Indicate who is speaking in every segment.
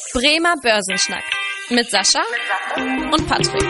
Speaker 1: Bremer Börsenschnack mit Sascha und Patrick.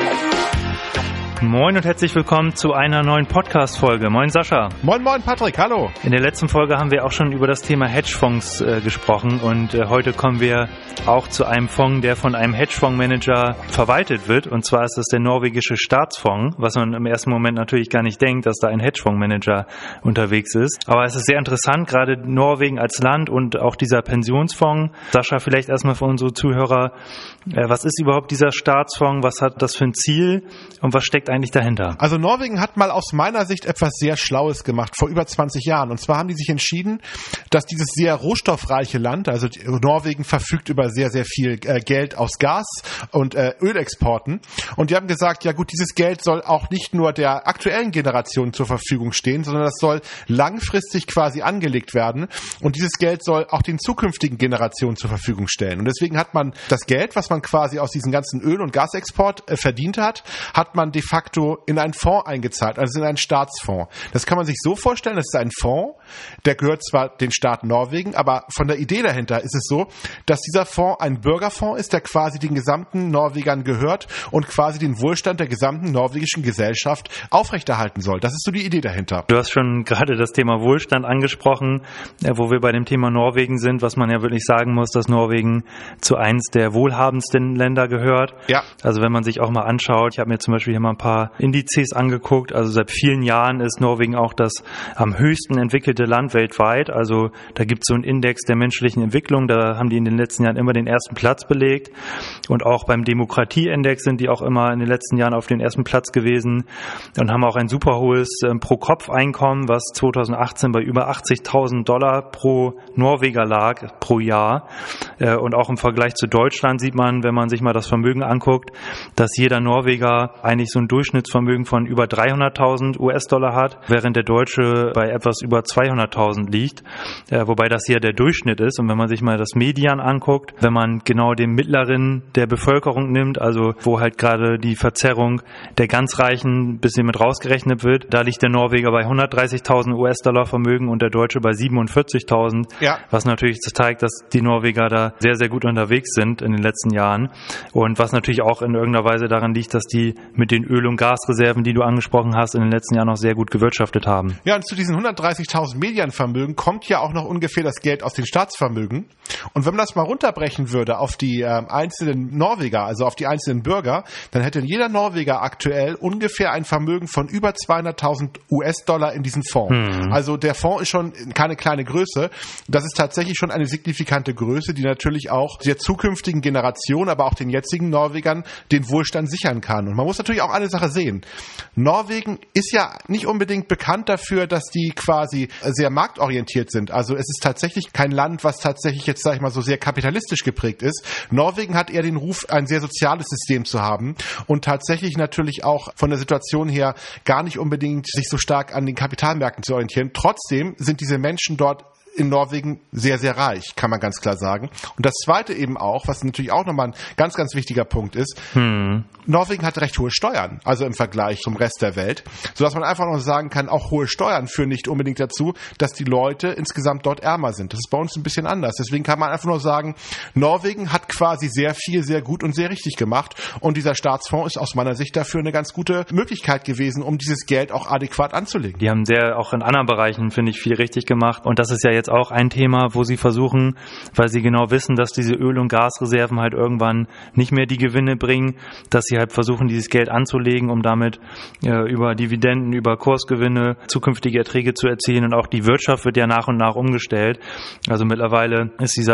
Speaker 2: Moin und herzlich willkommen zu einer neuen Podcast-Folge. Moin Sascha.
Speaker 3: Moin Patrick, hallo.
Speaker 2: In der letzten Folge haben wir auch schon über das Thema Hedgefonds gesprochen und heute kommen wir auch zu einem Fonds, der von einem Hedgefondsmanager verwaltet wird, und zwar ist das der norwegische Staatsfonds, was man im ersten Moment natürlich gar nicht denkt, dass da ein Hedgefondsmanager unterwegs ist. Aber es ist sehr interessant, gerade Norwegen als Land und auch dieser Pensionsfonds. Sascha, vielleicht erstmal für unsere Zuhörer, was ist überhaupt dieser Staatsfonds, was hat das für ein Ziel und was steckt eigentlich dahinter?
Speaker 3: Also Norwegen hat mal aus meiner Sicht etwas sehr Schlaues gemacht, vor über 20 Jahren. Und zwar haben die sich entschieden, dass dieses sehr rohstoffreiche Land, also Norwegen verfügt über sehr, sehr viel Geld aus Gas und Ölexporten. Und die haben gesagt, ja gut, dieses Geld soll auch nicht nur der aktuellen Generation zur Verfügung stehen, sondern das soll langfristig quasi angelegt werden. Und dieses Geld soll auch den zukünftigen Generationen zur Verfügung stellen. Und deswegen hat man das Geld, was man quasi aus diesem ganzen Öl- und Gasexport verdient hat man de facto in einen Fonds eingezahlt, also in einen Staatsfonds. Das kann man sich so vorstellen, das ist ein Fonds, der gehört zwar den Staat Norwegen, aber von der Idee dahinter ist es so, dass dieser Fonds ein Bürgerfonds ist, der quasi den gesamten Norwegern gehört und quasi den Wohlstand der gesamten norwegischen Gesellschaft aufrechterhalten soll. Das ist so die Idee dahinter.
Speaker 2: Du hast schon gerade das Thema Wohlstand angesprochen, wo wir bei dem Thema Norwegen sind, was man ja wirklich sagen muss, dass Norwegen zu eins der wohlhabendsten Länder gehört.
Speaker 3: Ja.
Speaker 2: Also wenn man sich auch mal anschaut, ich habe mir zum Beispiel hier mal ein paar Indizes angeguckt. Also seit vielen Jahren ist Norwegen auch das am höchsten entwickelte Land weltweit. Also da gibt es so einen Index der menschlichen Entwicklung. Da haben die in den letzten Jahren immer den ersten Platz belegt. Und auch beim Demokratieindex sind die auch immer in den letzten Jahren auf den ersten Platz gewesen und haben auch ein super hohes Pro-Kopf-Einkommen, was 2018 bei über $80.000 pro Norweger lag pro Jahr. Und auch im Vergleich zu Deutschland sieht man, wenn man sich mal das Vermögen anguckt, dass jeder Norweger eigentlich so ein Durchschnittsvermögen von über 300.000 US-Dollar hat, während der Deutsche bei etwas über 200.000 liegt, wobei das hier der Durchschnitt ist. Und wenn man sich mal das Median anguckt, wenn man genau den mittleren der Bevölkerung nimmt, also wo halt gerade die Verzerrung der ganz Reichen ein bisschen mit rausgerechnet wird, da liegt der Norweger bei 130.000 US-Dollar Vermögen und der Deutsche bei 47.000,
Speaker 3: ja.
Speaker 2: Was natürlich zeigt, dass die Norweger da sehr, sehr gut unterwegs sind in den letzten Jahren und was natürlich auch in irgendeiner Weise daran liegt, dass die mit den Öl- und Gasreserven, die du angesprochen hast, in den letzten Jahren auch sehr gut gewirtschaftet haben.
Speaker 3: Ja, und zu diesen 130.000 Medianvermögen kommt ja auch noch ungefähr das Geld aus den Staatsvermögen. Und wenn man das mal runterbrechen würde auf die einzelnen Norweger, also auf die einzelnen Bürger, dann hätte jeder Norweger aktuell ungefähr ein Vermögen von über 200.000 US-Dollar in diesem Fonds. Also der Fonds ist schon keine kleine Größe. Das ist tatsächlich schon eine signifikante Größe, die natürlich auch der zukünftigen Generation, aber auch den jetzigen Norwegern den Wohlstand sichern kann. Und man muss natürlich auch eine Sache sehen. Norwegen ist ja nicht unbedingt bekannt dafür, dass die quasi sehr marktorientiert sind. Also es ist tatsächlich kein Land, was tatsächlich jetzt, sag ich mal, so sehr kapitalistisch geprägt ist. Norwegen hat eher den Ruf, ein sehr soziales System zu haben und tatsächlich natürlich auch von der Situation her gar nicht unbedingt sich so stark an den Kapitalmärkten zu orientieren. Trotzdem sind diese Menschen dort in Norwegen sehr, sehr reich, kann man ganz klar sagen. Und das Zweite eben auch, was natürlich auch nochmal ein ganz, ganz wichtiger Punkt ist, Norwegen hat recht hohe Steuern, also im Vergleich zum Rest der Welt, sodass man einfach noch sagen kann, auch hohe Steuern führen nicht unbedingt dazu, dass die Leute insgesamt dort ärmer sind. Das ist bei uns ein bisschen anders. Deswegen kann man einfach nur sagen, Norwegen hat quasi sehr viel, sehr gut und sehr richtig gemacht und dieser Staatsfonds ist aus meiner Sicht dafür eine ganz gute Möglichkeit gewesen, um dieses Geld auch adäquat anzulegen.
Speaker 2: Die haben auch in anderen Bereichen, finde ich, viel richtig gemacht und das ist ja jetzt auch ein Thema, wo sie versuchen, weil sie genau wissen, dass diese Öl- und Gasreserven halt irgendwann nicht mehr die Gewinne bringen, dass sie halt versuchen, dieses Geld anzulegen, um damit über Dividenden, über Kursgewinne zukünftige Erträge zu erzielen und auch die Wirtschaft wird ja nach und nach umgestellt. Also mittlerweile ist dieser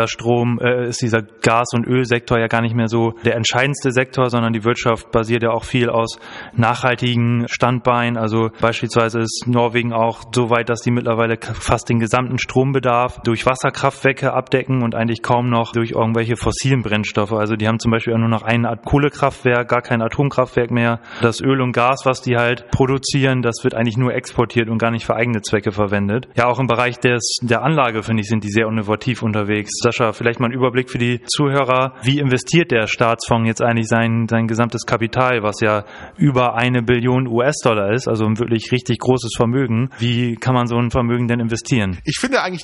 Speaker 2: Gas- und Ölsektor ja gar nicht mehr so der entscheidendste Sektor, sondern die Wirtschaft basiert ja auch viel aus nachhaltigen Standbeinen. Also beispielsweise ist Norwegen auch so weit, dass die mittlerweile fast den gesamten Strombedarf durch Wasserkraftwerke abdecken und eigentlich kaum noch durch irgendwelche fossilen Brennstoffe. Also die haben zum Beispiel auch nur noch ein Kohlekraftwerk, gar kein Atomkraftwerk mehr. Das Öl und Gas, was die halt produzieren, das wird eigentlich nur exportiert und gar nicht für eigene Zwecke verwendet. Ja, auch im Bereich der Anlage, finde ich, sind die sehr innovativ unterwegs. Sascha, vielleicht mal ein Überblick für die Zuhörer. Wie investiert der Staatsfonds jetzt eigentlich sein gesamtes Kapital, was ja über 1 Billion US-Dollar ist, also ein wirklich richtig großes Vermögen? Wie kann man so ein Vermögen denn investieren?
Speaker 3: Ich finde eigentlich,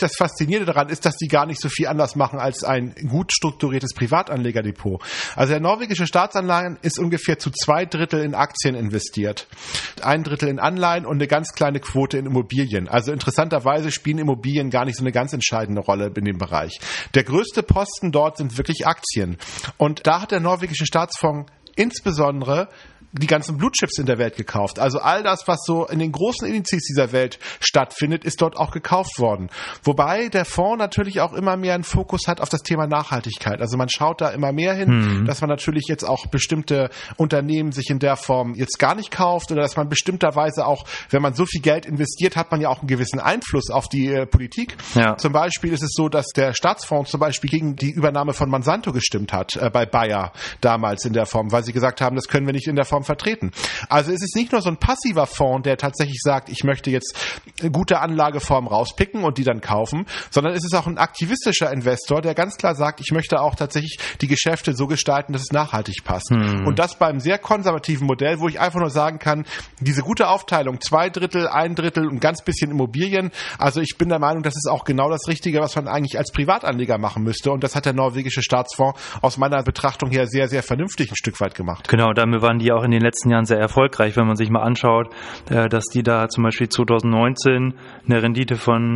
Speaker 3: das Faszinierende daran ist, dass die gar nicht so viel anders machen als ein gut strukturiertes Privatanlegerdepot. Also der norwegische Staatsanleihen ist ungefähr zu 2/3 in Aktien investiert, 1/3 in Anleihen und eine ganz kleine Quote in Immobilien. Also interessanterweise spielen Immobilien gar nicht so eine ganz entscheidende Rolle in dem Bereich. Der größte Posten dort sind wirklich Aktien. Und da hat der norwegische Staatsfonds insbesondere die ganzen Blue Chips in der Welt gekauft. Also all das, was so in den großen Indizes dieser Welt stattfindet, ist dort auch gekauft worden. Wobei der Fonds natürlich auch immer mehr einen Fokus hat auf das Thema Nachhaltigkeit. Also man schaut da immer mehr hin, dass man natürlich jetzt auch bestimmte Unternehmen sich in der Form jetzt gar nicht kauft oder dass man bestimmterweise auch, wenn man so viel Geld investiert, hat man ja auch einen gewissen Einfluss auf die Politik. Ja. Zum Beispiel ist es so, dass der Staatsfonds zum Beispiel gegen die Übernahme von Monsanto gestimmt hat, bei Bayer damals in der Form, weil sie gesagt haben, das können wir nicht in der Form vertreten. Also es ist nicht nur so ein passiver Fonds, der tatsächlich sagt, ich möchte jetzt gute Anlageformen rauspicken und die dann kaufen, sondern es ist auch ein aktivistischer Investor, der ganz klar sagt, ich möchte auch tatsächlich die Geschäfte so gestalten, dass es nachhaltig passt. Und das beim sehr konservativen Modell, wo ich einfach nur sagen kann, diese gute Aufteilung, 2/3, 1/3 und ganz bisschen Immobilien, also ich bin der Meinung, das ist auch genau das Richtige, was man eigentlich als Privatanleger machen müsste und das hat der norwegische Staatsfonds aus meiner Betrachtung her sehr, sehr vernünftig ein Stück weit gemacht.
Speaker 2: Genau, damit waren die auch in den letzten Jahren sehr erfolgreich, wenn man sich mal anschaut, dass die da zum Beispiel 2019 eine Rendite von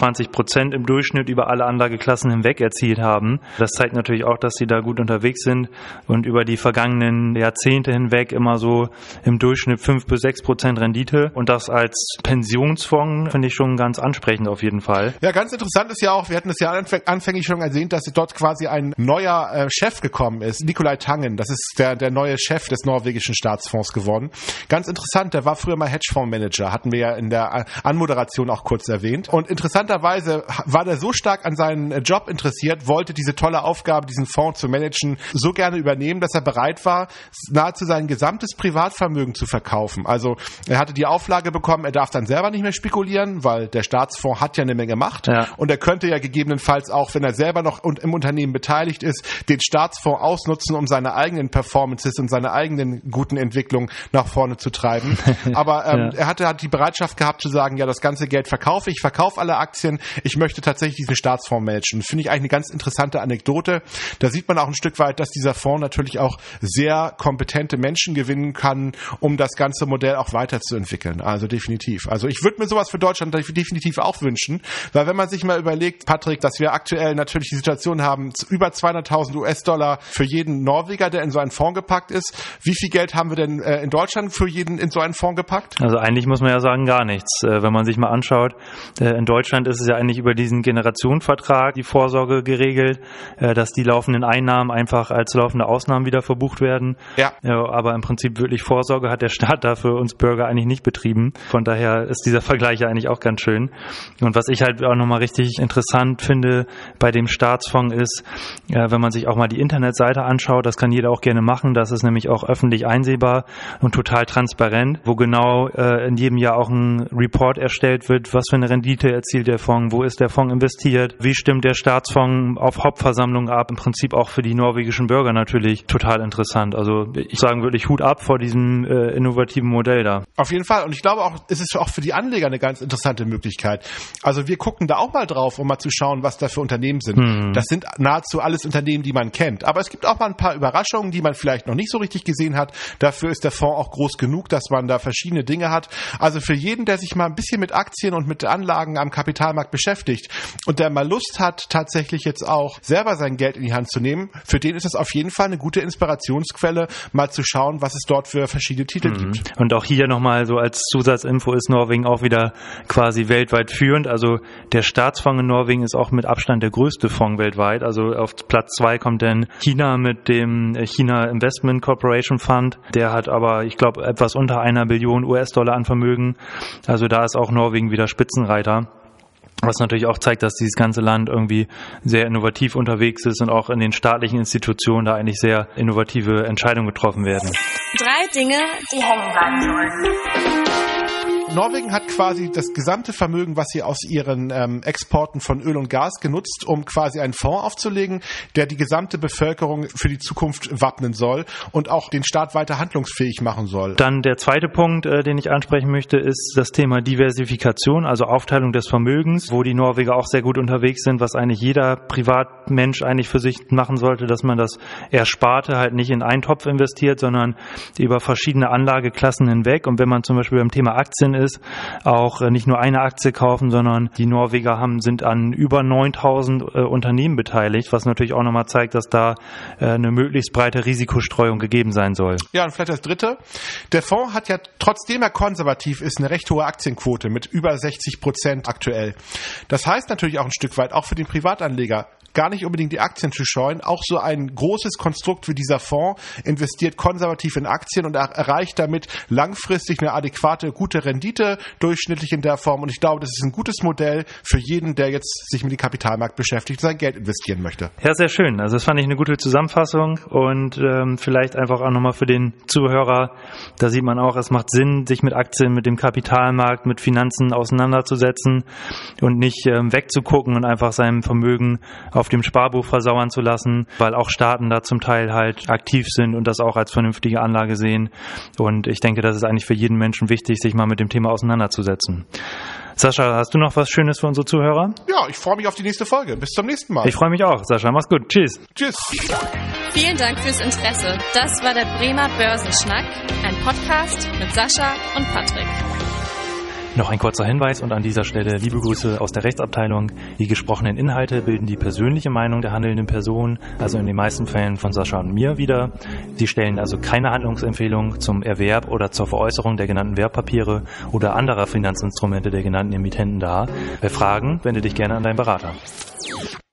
Speaker 2: 20% im Durchschnitt über alle Anlageklassen hinweg erzielt haben. Das zeigt natürlich auch, dass die da gut unterwegs sind und über die vergangenen Jahrzehnte hinweg immer so im Durchschnitt 5-6% Rendite und das als Pensionsfonds finde ich schon ganz ansprechend auf jeden Fall.
Speaker 3: Ja, ganz interessant ist ja auch, wir hatten es ja anfänglich schon erwähnt, dass dort quasi ein neuer Chef gekommen ist, Nicolai Tangen, das ist der neue Chef des norwegischen Staatsfonds geworden. Ganz interessant, der war früher mal Hedgefondsmanager, hatten wir ja in der Anmoderation auch kurz erwähnt. Und interessanterweise war der so stark an seinen Job interessiert, wollte diese tolle Aufgabe, diesen Fonds zu managen, so gerne übernehmen, dass er bereit war, nahezu sein gesamtes Privatvermögen zu verkaufen. Also er hatte die Auflage bekommen, er darf dann selber nicht mehr spekulieren, weil der Staatsfonds hat ja eine Menge Macht. Ja. Und er könnte ja gegebenenfalls auch, wenn er selber noch im Unternehmen beteiligt ist, den Staatsfonds ausnutzen, um seine eigenen Performances und seine eigenen guten Entwicklungen nach vorne zu treiben. Aber er hat die Bereitschaft gehabt zu sagen, ja, das ganze Geld verkaufe ich, verkaufe alle Aktien, ich möchte tatsächlich diesen Staatsfonds managen. Finde ich eigentlich eine ganz interessante Anekdote. Da sieht man auch ein Stück weit, dass dieser Fonds natürlich auch sehr kompetente Menschen gewinnen kann, um das ganze Modell auch weiterzuentwickeln. Also definitiv. Also ich würde mir sowas für Deutschland definitiv auch wünschen, weil wenn man sich mal überlegt, Patrick, dass wir aktuell natürlich die Situation haben, über 200.000 US-Dollar für jeden Norweger, der in so einen Fonds gepackt ist. Wie viel Geld haben wir denn in Deutschland für jeden in so einen Fonds gepackt?
Speaker 2: Also eigentlich muss man ja sagen, gar nichts. Wenn man sich mal anschaut, in Deutschland ist es ja eigentlich über diesen Generationenvertrag die Vorsorge geregelt, dass die laufenden Einnahmen einfach als laufende Ausnahmen wieder verbucht werden. Ja. Aber im Prinzip wirklich Vorsorge hat der Staat da für uns Bürger eigentlich nicht betrieben. Von daher ist dieser Vergleich ja eigentlich auch ganz schön. Und was ich halt auch nochmal richtig interessant finde bei dem Staatsfonds ist, wenn man sich auch mal die Internetseite anschaut, das kann jeder auch gerne machen, das ist nämlich auch öffentlich einsehbar und total transparent, wo genau in jedem Jahr auch ein Report erstellt wird, was für eine Rendite erzielt der Fonds, wo ist der Fonds investiert, wie stimmt der Staatsfonds auf Hauptversammlungen ab, im Prinzip auch für die norwegischen Bürger natürlich total interessant. Also ich sage wirklich Hut ab vor diesem innovativen Modell da.
Speaker 3: Auf jeden Fall und ich glaube auch, es ist auch für die Anleger eine ganz interessante Möglichkeit. Also wir gucken da auch mal drauf, um mal zu schauen, was da für Unternehmen sind. Das sind nahezu alles Unternehmen, die man kennt. Aber es gibt auch mal ein paar Überraschungen, die man vielleicht noch nicht so richtig gesehen hat. Dafür ist der Fonds auch groß genug, dass man da verschiedene Dinge hat. Also für jeden, der sich mal ein bisschen mit Aktien und mit Anlagen am Kapitalmarkt beschäftigt und der mal Lust hat, tatsächlich jetzt auch selber sein Geld in die Hand zu nehmen, für den ist es auf jeden Fall eine gute Inspirationsquelle, mal zu schauen, was es dort für verschiedene Titel gibt.
Speaker 2: Und auch hier nochmal so als Zusatzinfo ist Norwegen auch wieder quasi weltweit führend. Also der Staatsfonds in Norwegen ist auch mit Abstand der größte Fonds weltweit. Also auf Platz 2 kommt dann China mit dem China Investment Corporation Fund. Der hat aber, ich glaube, etwas unter 1 Billion US-Dollar an Vermögen. Also da ist auch Norwegen wieder Spitzenreiter. Was natürlich auch zeigt, dass dieses ganze Land irgendwie sehr innovativ unterwegs ist und auch in den staatlichen Institutionen da eigentlich sehr innovative Entscheidungen getroffen werden.
Speaker 1: 3 Dinge, die hängen bleiben sollen.
Speaker 3: Norwegen hat quasi das gesamte Vermögen, was sie aus ihren Exporten von Öl und Gas genutzt, um quasi einen Fonds aufzulegen, der die gesamte Bevölkerung für die Zukunft wappnen soll und auch den Staat weiter handlungsfähig machen soll.
Speaker 2: Dann der zweite Punkt, den ich ansprechen möchte, ist das Thema Diversifikation, also Aufteilung des Vermögens, wo die Norweger auch sehr gut unterwegs sind, was eigentlich jeder Privatmensch eigentlich für sich machen sollte, dass man das Ersparte halt nicht in einen Topf investiert, sondern über verschiedene Anlageklassen hinweg. Und wenn man zum Beispiel beim Thema Aktien ist, auch nicht nur eine Aktie kaufen, sondern die Norweger sind an über 9000 Unternehmen beteiligt, was natürlich auch nochmal zeigt, dass da eine möglichst breite Risikostreuung gegeben sein soll.
Speaker 3: Ja, und vielleicht das Dritte. Der Fonds hat ja, trotzdem er konservativ ist, eine recht hohe Aktienquote mit über 60% aktuell. Das heißt natürlich auch ein Stück weit, auch für den Privatanleger, gar nicht unbedingt die Aktien zu scheuen. Auch so ein großes Konstrukt wie dieser Fonds investiert konservativ in Aktien und erreicht damit langfristig eine adäquate, gute Rendite, durchschnittlich in der Form. Und ich glaube, das ist ein gutes Modell für jeden, der jetzt sich mit dem Kapitalmarkt beschäftigt und sein Geld investieren möchte.
Speaker 2: Ja, sehr schön. Also das fand ich eine gute Zusammenfassung und vielleicht einfach auch nochmal für den Zuhörer, da sieht man auch, es macht Sinn, sich mit Aktien, mit dem Kapitalmarkt, mit Finanzen auseinanderzusetzen und nicht wegzugucken und einfach seinem Vermögen auf dem Sparbuch versauern zu lassen, weil auch Staaten da zum Teil halt aktiv sind und das auch als vernünftige Anlage sehen. Und ich denke, das ist eigentlich für jeden Menschen wichtig, sich mal mit dem Thema auseinanderzusetzen. Sascha, hast du noch was Schönes für unsere Zuhörer?
Speaker 3: Ja, ich freue mich auf die nächste Folge. Bis zum nächsten Mal.
Speaker 2: Ich freue mich auch, Sascha. Mach's gut. Tschüss.
Speaker 3: Tschüss.
Speaker 1: Vielen Dank fürs Interesse. Das war der Bremer Börsenschnack, ein Podcast mit Sascha und Patrick.
Speaker 2: Noch ein kurzer Hinweis und an dieser Stelle liebe Grüße aus der Rechtsabteilung. Die gesprochenen Inhalte bilden die persönliche Meinung der handelnden Person, also in den meisten Fällen von Sascha und mir wider. Sie stellen also keine Handlungsempfehlung zum Erwerb oder zur Veräußerung der genannten Wertpapiere oder anderer Finanzinstrumente der genannten Emittenten dar. Bei Fragen wende dich gerne an deinen Berater.